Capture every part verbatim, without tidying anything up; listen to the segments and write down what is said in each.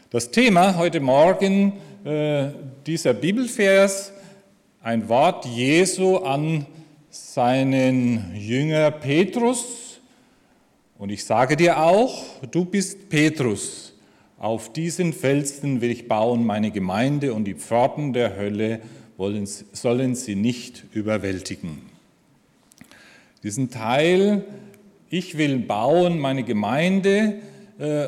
Das Thema heute Morgen, äh, dieser Bibelvers, ein Wort Jesu an seinen Jünger Petrus. Und ich sage dir auch, du bist Petrus. Auf diesen Felsen will ich bauen meine Gemeinde und die Pforten der Hölle wollen, sollen sie nicht überwältigen. Diesen Teil, ich will bauen meine Gemeinde, äh,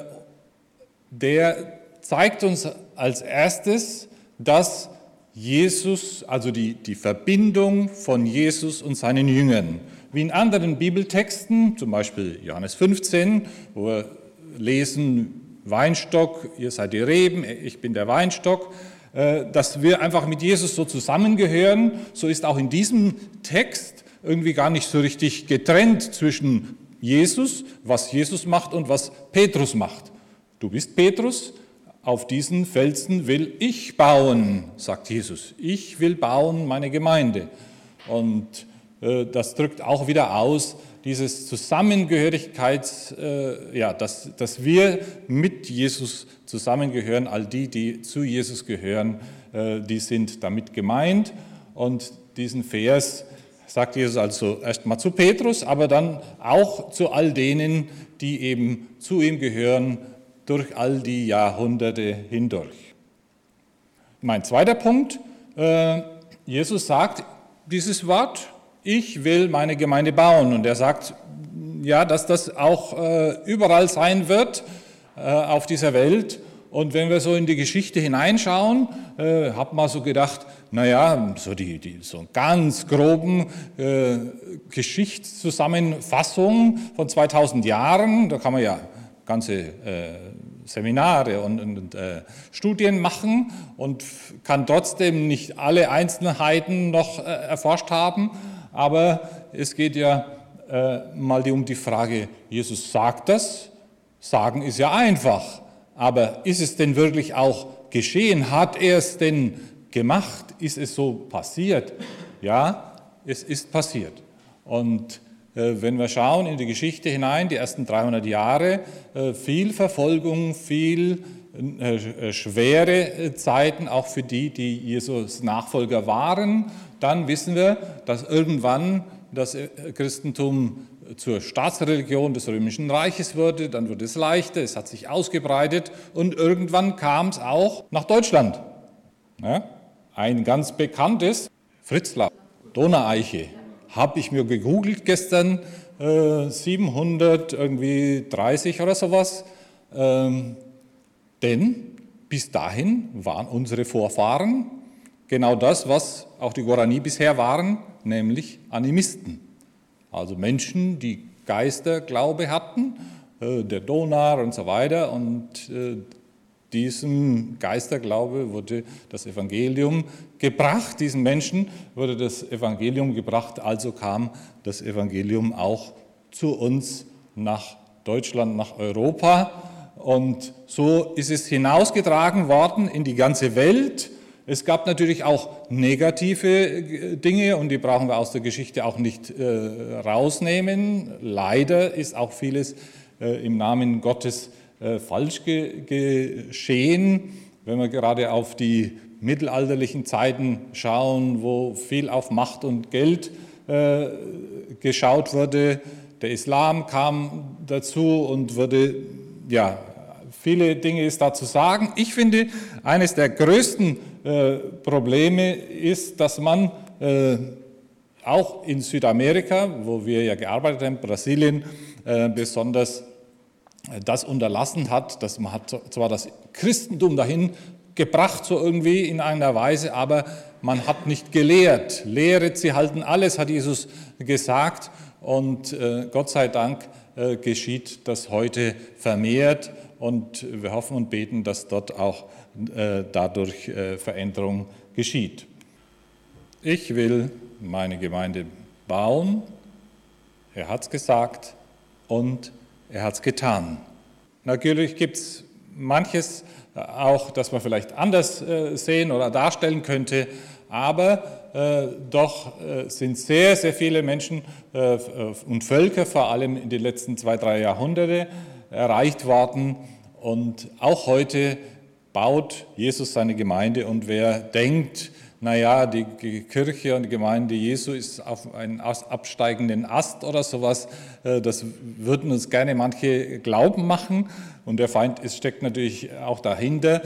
der zeigt uns als erstes, dass Jesus, also die, die Verbindung von Jesus und seinen Jüngern, wie in anderen Bibeltexten, zum Beispiel Johannes fünfzehn, wo wir lesen, Weinstock, ihr seid die Reben, ich bin der Weinstock, dass wir einfach mit Jesus so zusammengehören, so ist auch in diesem Text irgendwie gar nicht so richtig getrennt zwischen Jesus, was Jesus macht und was Petrus macht. Du bist Petrus, auf diesen Felsen will ich bauen, sagt Jesus. Ich will bauen meine Gemeinde. Und äh, das drückt auch wieder aus, dieses Zusammengehörigkeits, äh, ja, dass, dass wir mit Jesus zusammengehören, all die, die zu Jesus gehören, äh, die sind damit gemeint. Und diesen Vers sagt Jesus also erstmal zu Petrus, aber dann auch zu all denen, die eben zu ihm gehören, durch all die Jahrhunderte hindurch. Mein zweiter Punkt, äh, Jesus sagt dieses Wort, ich will meine Gemeinde bauen. Und er sagt, ja, dass das auch äh, überall sein wird äh, auf dieser Welt. Und wenn wir so in die Geschichte hineinschauen, äh, habe mal so gedacht, naja, so die, die so ganz groben äh, Geschichtszusammenfassung von zweitausend Jahren, da kann man ja ganze äh, Seminare und, und äh, Studien machen und kann trotzdem nicht alle Einzelheiten noch äh, erforscht haben. Aber es geht ja äh, mal um die Frage, Jesus sagt das, sagen ist ja einfach, aber ist es denn wirklich auch geschehen? Hat er es denn gemacht? Ist es so passiert? Ja, es ist passiert. Und wenn wir schauen in die Geschichte hinein, die ersten dreihundert Jahre, viel Verfolgung, viel schwere Zeiten, auch für die, die Jesus Nachfolger waren, dann wissen wir, dass irgendwann das Christentum zur Staatsreligion des Römischen Reiches wurde, dann wurde es leichter, es hat sich ausgebreitet und irgendwann kam es auch nach Deutschland. Ja, ein ganz bekanntes, Fritzlar, Donaueiche. Habe ich mir gegoogelt gestern, äh, siebenhundertdreißig oder sowas. Ähm, denn bis dahin waren unsere Vorfahren genau das, was auch die Guarani bisher waren, nämlich Animisten. Also Menschen, die Geisterglaube hatten, äh, der Donar und so weiter. Und äh, diesem Geisterglaube wurde das Evangelium gebracht, diesen Menschen wurde das Evangelium gebracht, also kam das Evangelium auch zu uns nach Deutschland, nach Europa. Und so ist es hinausgetragen worden in die ganze Welt. Es gab natürlich auch negative Dinge und die brauchen wir aus der Geschichte auch nicht äh, rausnehmen. Leider ist auch vieles äh, im Namen Gottes falsch geschehen, wenn wir gerade auf die mittelalterlichen Zeiten schauen, wo viel auf Macht und Geld äh, geschaut wurde. Der Islam kam dazu und wurde, ja, viele Dinge ist da zu sagen. Ich finde, eines der größten äh, Probleme ist, dass man äh, auch in Südamerika, wo wir ja gearbeitet haben, Brasilien äh, besonders, das unterlassen hat, dass man hat zwar das Christentum dahin gebracht, so irgendwie in einer Weise, aber man hat nicht gelehrt. Lehret, sie halten alles, hat Jesus gesagt. Und äh, Gott sei Dank äh, geschieht das heute vermehrt. Und wir hoffen und beten, dass dort auch äh, dadurch äh, Veränderung geschieht. Ich will meine Gemeinde bauen. Er hat es gesagt und er hat es getan. Natürlich gibt es manches auch, das man vielleicht anders äh, sehen oder darstellen könnte, aber äh, doch äh, sind sehr, sehr viele Menschen äh, und Völker, vor allem in den letzten zwei, drei Jahrhunderte, erreicht worden. Und auch heute baut Jesus seine Gemeinde, und wer denkt, naja, die Kirche und die Gemeinde Jesu ist auf einen absteigenden Ast oder sowas, das würden uns gerne manche glauben machen, und der Feind steckt natürlich auch dahinter.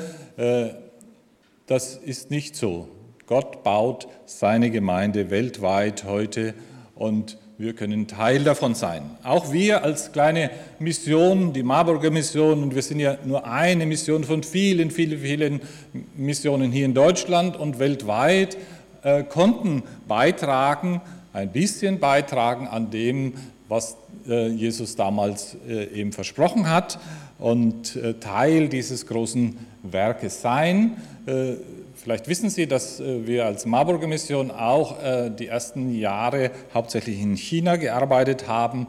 Das ist nicht so. Gott baut seine Gemeinde weltweit heute, und wir können Teil davon sein. Auch wir als kleine Mission, die Marburger Mission, und wir sind ja nur eine Mission von vielen, vielen, vielen Missionen hier in Deutschland und weltweit, äh, konnten beitragen, ein bisschen beitragen an dem, was äh, Jesus damals äh, eben versprochen hat, und äh, Teil dieses großen Werkes sein. Äh, Vielleicht wissen Sie, dass wir als Marburger Mission auch die ersten Jahre hauptsächlich in China gearbeitet haben,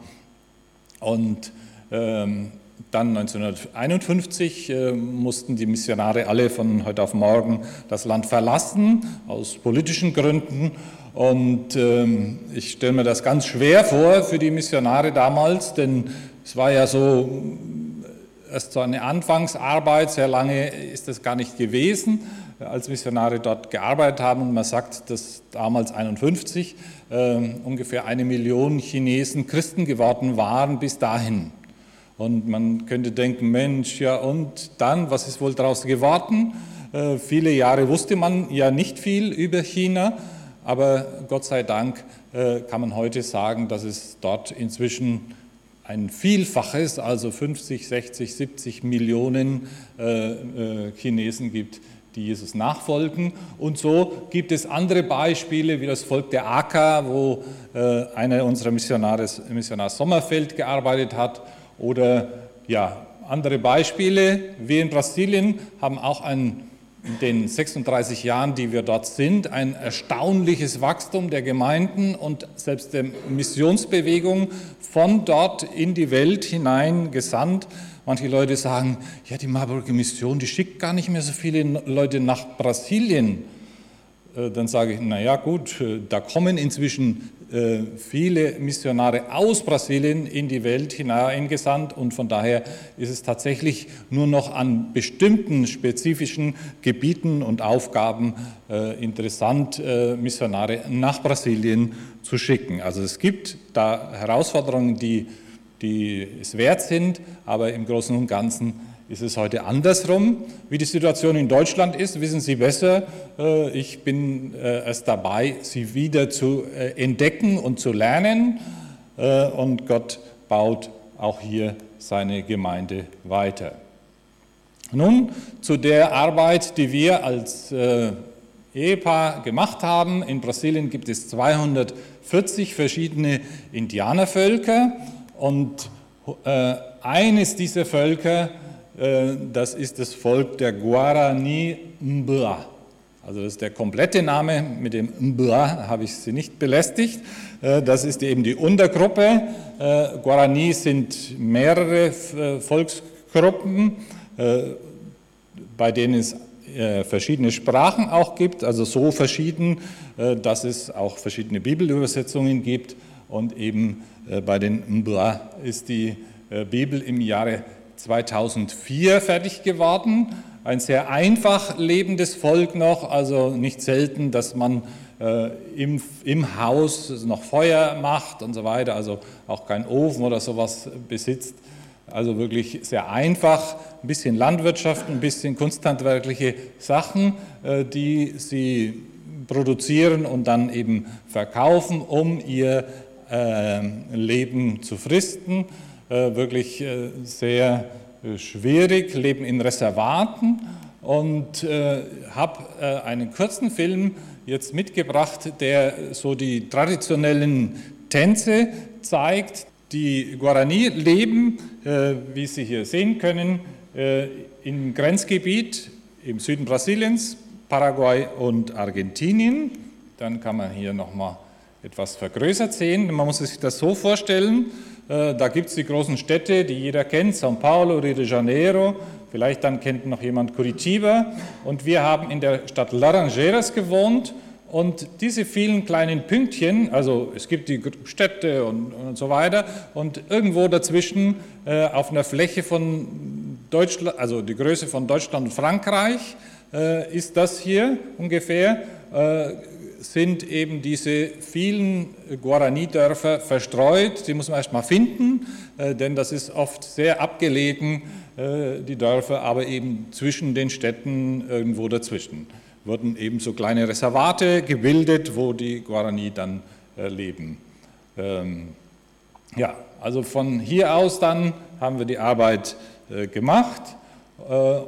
und dann neunzehnhunderteinundfünfzig mussten die Missionare alle von heute auf morgen das Land verlassen, aus politischen Gründen, und ich stelle mir das ganz schwer vor für die Missionare damals, denn es war ja so erst so eine Anfangsarbeit, sehr lange ist das gar nicht gewesen, als Missionare dort gearbeitet haben, und man sagt, dass damals einundfünfzig äh, ungefähr eine Million Chinesen Christen geworden waren bis dahin. Und man könnte denken, Mensch, ja und dann, was ist wohl daraus geworden? Äh, viele Jahre wusste man ja nicht viel über China, aber Gott sei Dank äh, kann man heute sagen, dass es dort inzwischen ein Vielfaches, also fünfzig, sechzig, siebzig Millionen äh, äh, Chinesen gibt, die Jesus nachfolgen. Und so gibt es andere Beispiele, wie das Volk der Aka, wo äh, einer unserer Missionare, Missionar Sommerfeld, gearbeitet hat, oder ja, andere Beispiele. Wir in Brasilien haben auch ein, in den sechsunddreißig Jahren, die wir dort sind, ein erstaunliches Wachstum der Gemeinden und selbst der Missionsbewegung von dort in die Welt hinein gesandt. Manche Leute sagen, ja, die Marburger Mission, die schickt gar nicht mehr so viele Leute nach Brasilien. Dann sage ich, naja gut, da kommen inzwischen viele Missionare aus Brasilien in die Welt hineingesandt, und von daher ist es tatsächlich nur noch an bestimmten spezifischen Gebieten und Aufgaben interessant, Missionare nach Brasilien zu schicken. Also es gibt da Herausforderungen, die die es wert sind, aber im Großen und Ganzen ist es heute andersrum. Wie die Situation in Deutschland ist, wissen Sie besser. Ich bin erst dabei, sie wieder zu entdecken und zu lernen, und Gott baut auch hier seine Gemeinde weiter. Nun zu der Arbeit, die wir als Ehepaar gemacht haben. In Brasilien gibt es zweihundertvierzig verschiedene Indianervölker. Und äh, eines dieser Völker, äh, das ist das Volk der Guarani Mbua. Also das ist der komplette Name, mit dem Mbua habe ich Sie nicht belästigt. Äh, das ist eben die Untergruppe. Äh, Guarani sind mehrere äh, Volksgruppen, äh, bei denen es äh, verschiedene Sprachen auch gibt, also so verschieden, äh, dass es auch verschiedene Bibelübersetzungen gibt, und eben bei den Mbua ist die Bibel im Jahre zweitausendvier fertig geworden. Ein sehr einfach lebendes Volk noch, also nicht selten, dass man im, im Haus noch Feuer macht und so weiter, also auch kein Ofen oder sowas besitzt. Also wirklich sehr einfach, ein bisschen Landwirtschaft, ein bisschen kunsthandwerkliche Sachen, die sie produzieren und dann eben verkaufen, um ihr Leben zu fristen, wirklich sehr schwierig, leben in Reservaten, und habe einen kurzen Film jetzt mitgebracht, der so die traditionellen Tänze zeigt. Die Guarani leben, wie Sie hier sehen können, im Grenzgebiet im Süden Brasiliens, Paraguay und Argentinien. Dann kann man hier nochmal etwas vergrößert sehen. Man muss sich das so vorstellen, da gibt es die großen Städte, die jeder kennt, São Paulo, Rio de Janeiro, vielleicht dann kennt noch jemand Curitiba, und wir haben in der Stadt Laranjeiras gewohnt, und diese vielen kleinen Pünktchen, also es gibt die Städte und, und so weiter, und irgendwo dazwischen äh, auf einer Fläche von Deutschland, also die Größe von Deutschland und Frankreich äh, ist das hier ungefähr, äh, sind eben diese vielen Guarani-Dörfer verstreut. Die muss man erst mal finden, äh, denn das ist oft sehr abgelegen, äh, die Dörfer, aber eben zwischen den Städten irgendwo dazwischen. Wurden eben so kleine Reservate gebildet, wo die Guarani dann äh, leben. Ähm, ja, also von hier aus dann haben wir die Arbeit äh, gemacht. Äh,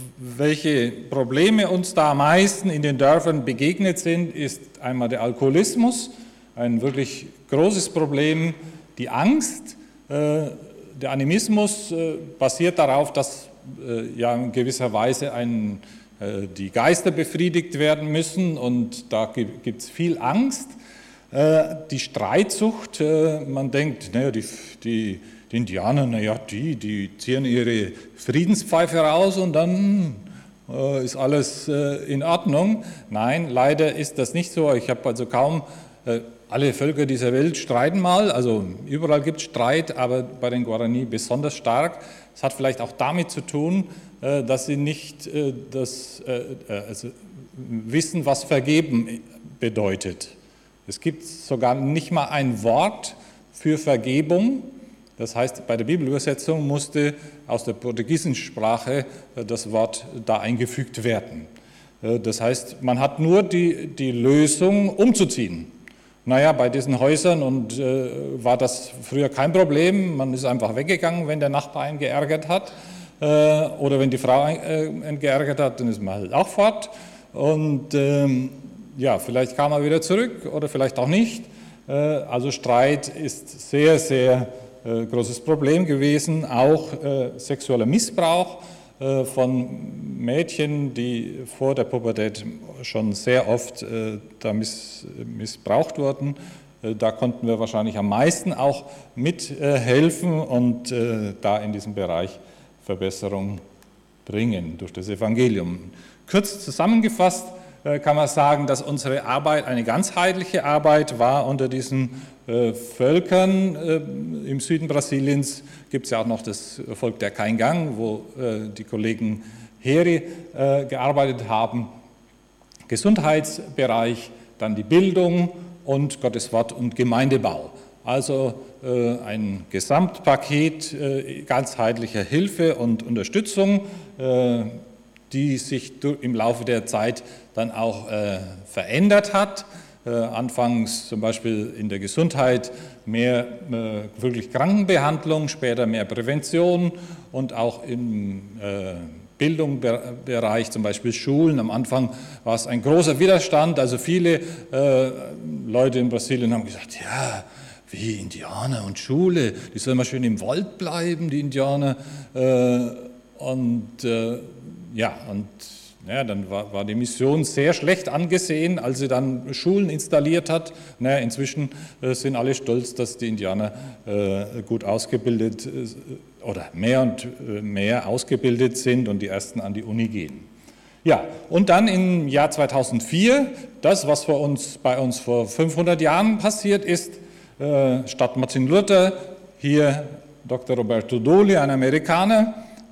welche Probleme uns da am meisten in den Dörfern begegnet sind, ist einmal der Alkoholismus, ein wirklich großes Problem, die Angst. Äh, der Animismus äh, basiert darauf, dass äh, ja in gewisser Weise ein, äh, die Geister befriedigt werden müssen und da gibt es viel Angst. Äh, die Streitsucht, äh, man denkt, naja, die, die Die Indianer, naja, die, die ziehen ihre Friedenspfeife raus und dann äh, ist alles äh, in Ordnung. Nein, leider ist das nicht so. Ich habe also kaum, äh, alle Völker dieser Welt streiten mal, also überall gibt es Streit, aber bei den Guarani besonders stark. Das hat vielleicht auch damit zu tun, äh, dass sie nicht äh, das, äh, also wissen, was vergeben bedeutet. Es gibt sogar nicht mal ein Wort für Vergebung. Das heißt, bei der Bibelübersetzung musste aus der portugiesischen Sprache das Wort da eingefügt werden. Das heißt, man hat nur die, die Lösung umzuziehen. Naja, bei diesen Häusern und, äh, war das früher kein Problem. Man ist einfach weggegangen, wenn der Nachbar einen geärgert hat. Äh, oder wenn die Frau einen geärgert hat, dann ist man halt auch fort. Und ähm, ja, vielleicht kam er wieder zurück oder vielleicht auch nicht. Äh, also Streit ist sehr, sehr Äh, großes Problem gewesen, auch äh, sexueller Missbrauch äh, von Mädchen, die vor der Pubertät schon sehr oft äh, da miss, missbraucht wurden. Äh, da konnten wir wahrscheinlich am meisten auch mithelfen äh, und äh, da in diesem Bereich Verbesserung bringen durch das Evangelium. Kurz zusammengefasst äh, kann man sagen, dass unsere Arbeit eine ganzheitliche Arbeit war unter diesen Völkern. Im Süden Brasiliens gibt es ja auch noch das Volk der Kaingang, wo die Kollegen Heri gearbeitet haben. Gesundheitsbereich, dann die Bildung und Gottes Wort und Gemeindebau. Also ein Gesamtpaket ganzheitlicher Hilfe und Unterstützung, die sich im Laufe der Zeit dann auch verändert hat. Äh, anfangs zum Beispiel in der Gesundheit mehr äh, wirklich Krankenbehandlung, später mehr Prävention und auch im äh, Bildungsbereich, zum Beispiel Schulen. Am Anfang war es ein großer Widerstand, also viele äh, Leute in Brasilien haben gesagt, ja, wie Indianer und Schule, die sollen mal schön im Wald bleiben, die Indianer. Äh, und äh, ja, und Ja, dann war, war die Mission sehr schlecht angesehen, als sie dann Schulen installiert hat. Naja, inzwischen äh, sind alle stolz, dass die Indianer äh, gut ausgebildet äh, oder mehr und äh, mehr ausgebildet sind und die ersten an die Uni gehen. Ja, und dann im Jahr zweitausendvier, das, was vor uns, bei uns vor fünfhundert Jahren passiert ist, äh, statt Martin Luther, hier Doktor Roberto Doli, ein Amerikaner,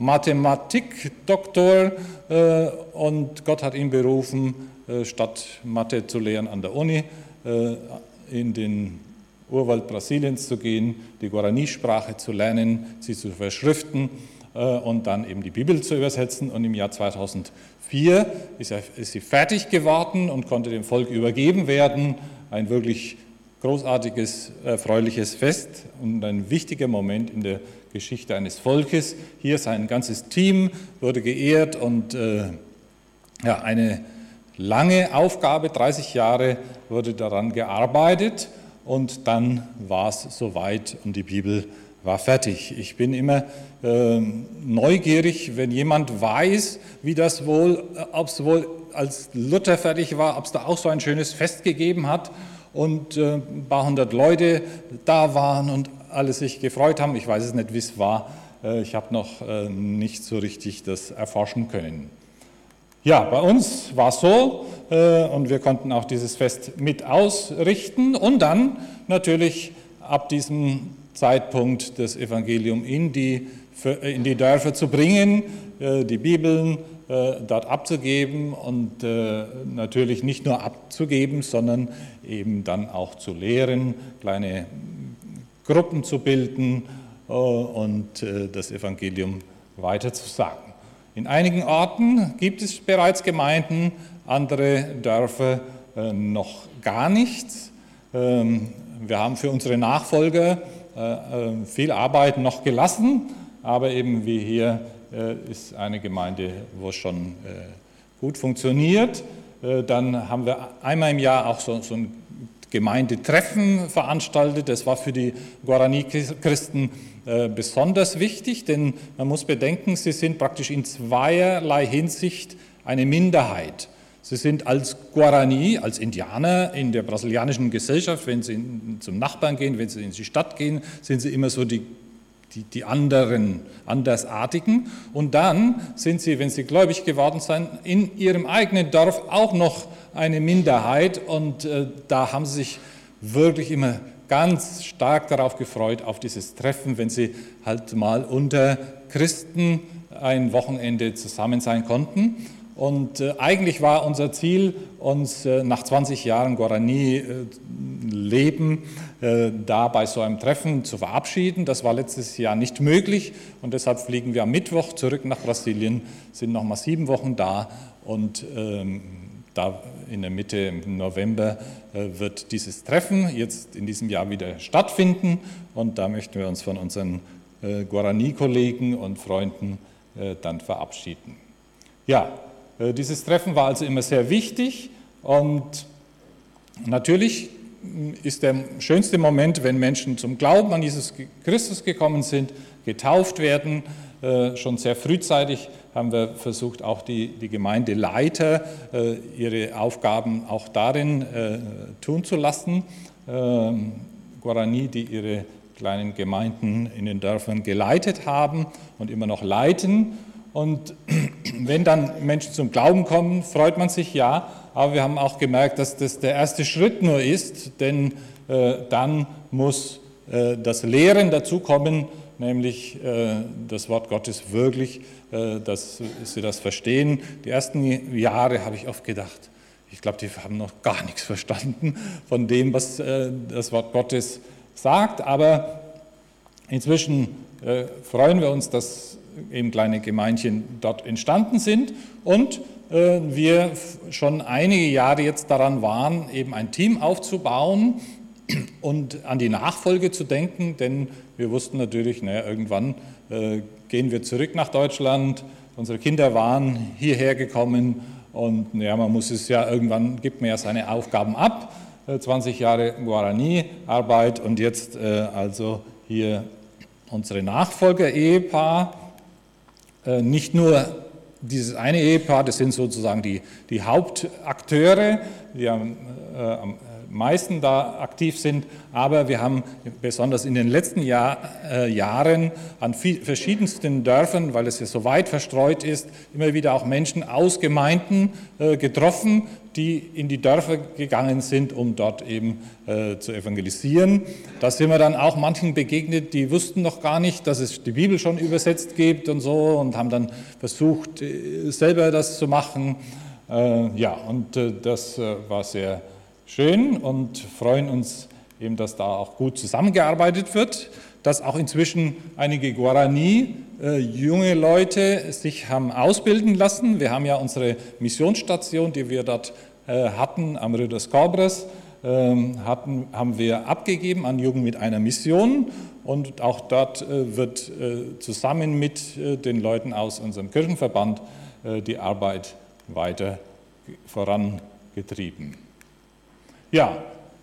Mathematikdoktor, äh, und Gott hat ihn berufen, äh, statt Mathe zu lehren an der Uni, äh, in den Urwald Brasiliens zu gehen, die Guarani-Sprache zu lernen, sie zu verschriften äh, und dann eben die Bibel zu übersetzen. Und im Jahr zweitausendvier ist, er, ist sie fertig geworden und konnte dem Volk übergeben werden. Ein wirklich großartiges, erfreuliches Fest und ein wichtiger Moment in der Geschichte eines Volkes. Hier sein ganzes Team wurde geehrt und äh, ja, eine lange Aufgabe, dreißig Jahre wurde daran gearbeitet und dann war es soweit und die Bibel war fertig. Ich bin immer äh, neugierig, wenn jemand weiß, wie das wohl, ob es wohl als Luther fertig war, ob es da auch so ein schönes Fest gegeben hat und äh, ein paar hundert Leute da waren und alle sich gefreut haben. Ich weiß es nicht, wie es war. Äh, ich habe noch äh, nicht so richtig das erforschen können. Ja, bei uns war es so äh, und wir konnten auch dieses Fest mit ausrichten und dann natürlich ab diesem Zeitpunkt das Evangelium in die in die Dörfer zu bringen, die Bibeln dort abzugeben und natürlich nicht nur abzugeben, sondern eben dann auch zu lehren, kleine Gruppen zu bilden und das Evangelium weiterzusagen. In einigen Orten gibt es bereits Gemeinden, andere Dörfer noch gar nichts. Wir haben für unsere Nachfolger viel Arbeit noch gelassen, aber eben wie hier ist eine Gemeinde, wo es schon gut funktioniert. Dann haben wir einmal im Jahr auch so, so ein Gemeindetreffen veranstaltet. Das war für die Guarani-Christen besonders wichtig, denn man muss bedenken, sie sind praktisch in zweierlei Hinsicht eine Minderheit. Sie sind als Guarani, als Indianer in der brasilianischen Gesellschaft, wenn sie zum Nachbarn gehen, wenn sie in die Stadt gehen, sind sie immer so die, die, die anderen, Andersartigen. Und dann sind sie, wenn sie gläubig geworden sind, in ihrem eigenen Dorf auch noch eine Minderheit. Und äh, da haben sie sich wirklich immer ganz stark darauf gefreut, auf dieses Treffen, wenn sie halt mal unter Christen ein Wochenende zusammen sein konnten. Und äh, eigentlich war unser Ziel, uns äh, nach zwanzig Jahren Guarani-Leben äh, da bei so einem Treffen zu verabschieden. Das war letztes Jahr nicht möglich und deshalb fliegen wir am Mittwoch zurück nach Brasilien, sind noch mal sieben Wochen da und ähm, da in der Mitte im November äh, wird dieses Treffen jetzt in diesem Jahr wieder stattfinden und da möchten wir uns von unseren äh, Guarani-Kollegen und Freunden äh, dann verabschieden. Ja, dieses Treffen war also immer sehr wichtig und natürlich ist der schönste Moment, wenn Menschen zum Glauben an Jesus Christus gekommen sind, getauft werden. Schon sehr frühzeitig haben wir versucht, auch die, die Gemeindeleiter ihre Aufgaben auch darin tun zu lassen. Guarani, die ihre kleinen Gemeinden in den Dörfern geleitet haben und immer noch leiten. Und wenn dann Menschen zum Glauben kommen, freut man sich ja, aber wir haben auch gemerkt, dass das der erste Schritt nur ist, denn äh, dann muss äh, das Lehren dazukommen, nämlich äh, das Wort Gottes wirklich, äh, dass sie das verstehen. Die ersten Jahre habe ich oft gedacht, ich glaube, die haben noch gar nichts verstanden von dem, was äh, das Wort Gottes sagt, aber inzwischen äh, freuen wir uns, dass eben kleine Gemeinchen dort entstanden sind und äh, wir schon einige Jahre jetzt daran waren, eben ein Team aufzubauen und an die Nachfolge zu denken, denn wir wussten natürlich, naja, irgendwann äh, gehen wir zurück nach Deutschland, unsere Kinder waren hierher gekommen und ja, man muss es ja, irgendwann gibt man ja seine Aufgaben ab, äh, zwanzig Jahre Guarani-Arbeit und jetzt äh, also hier unsere Nachfolger-Ehepaar. Nicht nur dieses eine Ehepaar, das sind sozusagen die, die Hauptakteure, die am, äh, am meisten da aktiv sind, aber wir haben besonders in den letzten Jahr, äh, Jahren an viel, verschiedensten Dörfern, weil es ja so weit verstreut ist, immer wieder auch Menschen aus Gemeinden äh, getroffen, die in die Dörfer gegangen sind, um dort eben äh, zu evangelisieren. Da sind wir dann auch manchen begegnet, die wussten noch gar nicht, dass es die Bibel schon übersetzt gibt und so und haben dann versucht, äh, selber das zu machen. Äh, ja, und äh, das äh, war sehr schön und freuen uns eben, dass da auch gut zusammengearbeitet wird, dass auch inzwischen einige Guarani, äh, junge Leute, sich haben ausbilden lassen. Wir haben ja unsere Missionsstation, die wir dort äh, hatten, am Rio das Cobras, äh, hatten, haben wir abgegeben an Jugend mit einer Mission und auch dort äh, wird äh, zusammen mit äh, den Leuten aus unserem Kirchenverband äh, die Arbeit weiter vorangetrieben. Ja,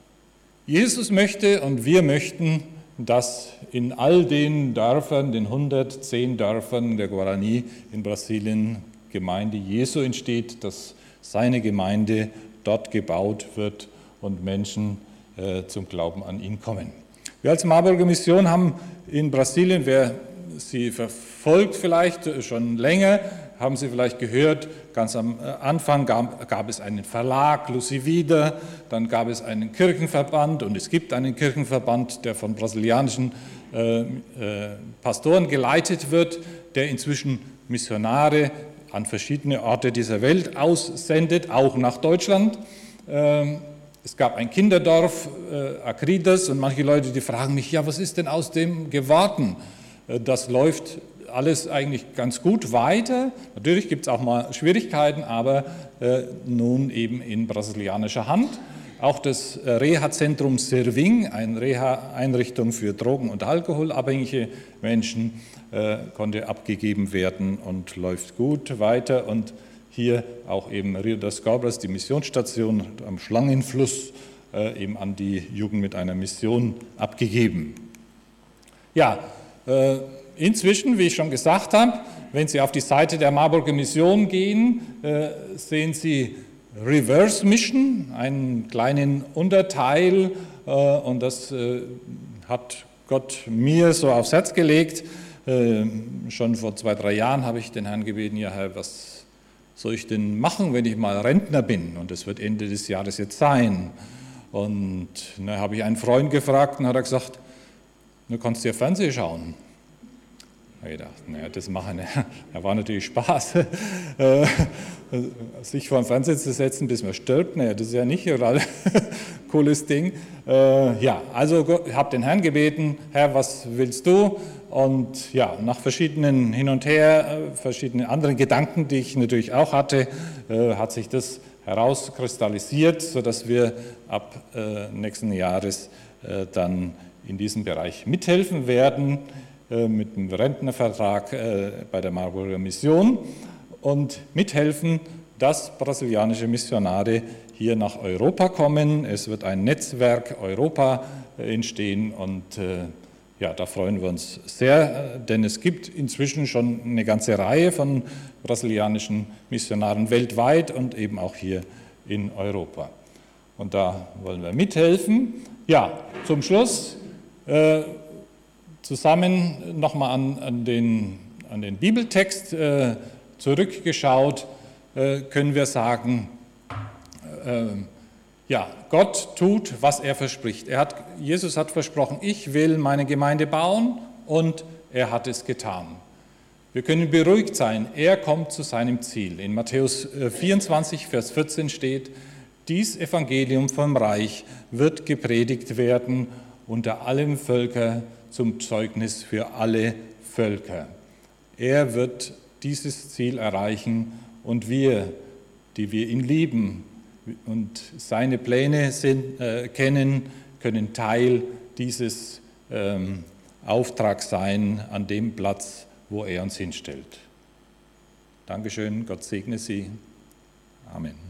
Jesus möchte und wir möchten, dass in all den Dörfern, den hundertzehn Dörfern der Guarani in Brasilien Gemeinde Jesu entsteht, dass seine Gemeinde dort gebaut wird und Menschen äh, zum Glauben an ihn kommen. Wir als Marburger Mission haben in Brasilien, wer sie verfolgt vielleicht schon länger, haben Sie vielleicht gehört, ganz am Anfang gab, gab es einen Verlag, Lucivida, dann gab es einen Kirchenverband und es gibt einen Kirchenverband, der von brasilianischen äh, äh, Pastoren geleitet wird, der inzwischen Missionare an verschiedene Orte dieser Welt aussendet, auch nach Deutschland. Ähm, es gab ein Kinderdorf, äh, Akrides, und manche Leute, die fragen mich, ja, was ist denn aus dem geworden? Äh, das läuft alles eigentlich ganz gut weiter. Natürlich gibt es auch mal Schwierigkeiten, aber äh, nun eben in brasilianischer Hand. Auch das Reha-Zentrum Serving, eine Reha-Einrichtung für drogen- und alkoholabhängige Menschen, äh, konnte abgegeben werden und läuft gut weiter. Und hier auch eben Rio das Cobras, die Missionsstation am Schlangenfluss, äh, eben an die Jugend mit einer Mission abgegeben. Ja, äh, inzwischen, wie ich schon gesagt habe, wenn Sie auf die Seite der Marburger Mission gehen, äh, sehen Sie Reverse Mission, einen kleinen Unterteil, äh, und das äh, hat Gott mir so aufs Herz gelegt. Äh, schon vor zwei, drei Jahren habe ich den Herrn gebeten, ja Herr, was soll ich denn machen, wenn ich mal Rentner bin? Und das wird Ende des Jahres jetzt sein. Und da habe ich einen Freund gefragt und hat er gesagt, du kannst ja Fernsehen schauen. Da habe ich gedacht, naja, das machen, da war natürlich Spaß, sich vor den Fernseher zu setzen, bis man stirbt, naja, das ist ja nicht ein cooles Ding. Ja, also ich habe den Herrn gebeten, Herr, was willst du? Und ja, nach verschiedenen Hin und Her, verschiedenen anderen Gedanken, die ich natürlich auch hatte, hat sich das herauskristallisiert, sodass wir ab nächsten Jahres dann in diesem Bereich mithelfen werden, mit dem Rentnervertrag bei der Marburger Mission und mithelfen, dass brasilianische Missionare hier nach Europa kommen. Es wird ein Netzwerk Europa entstehen und ja, da freuen wir uns sehr, denn es gibt inzwischen schon eine ganze Reihe von brasilianischen Missionaren weltweit und eben auch hier in Europa. Und da wollen wir mithelfen. Ja, zum Schluss äh, zusammen nochmal an, an, den, an den Bibeltext äh, zurückgeschaut, äh, können wir sagen, äh, ja, Gott tut, was er verspricht. Er hat, Jesus hat versprochen, ich will meine Gemeinde bauen, und er hat es getan. Wir können beruhigt sein, er kommt zu seinem Ziel. In Matthäus vierundzwanzig, Vers vierzehn steht, dies Evangelium vom Reich wird gepredigt werden unter allen Völkern zum Zeugnis für alle Völker. Er wird dieses Ziel erreichen und wir, die wir ihn lieben und seine Pläne sind, äh, kennen, können Teil dieses ähm, Auftrags sein an dem Platz, wo er uns hinstellt. Dankeschön, Gott segne Sie. Amen.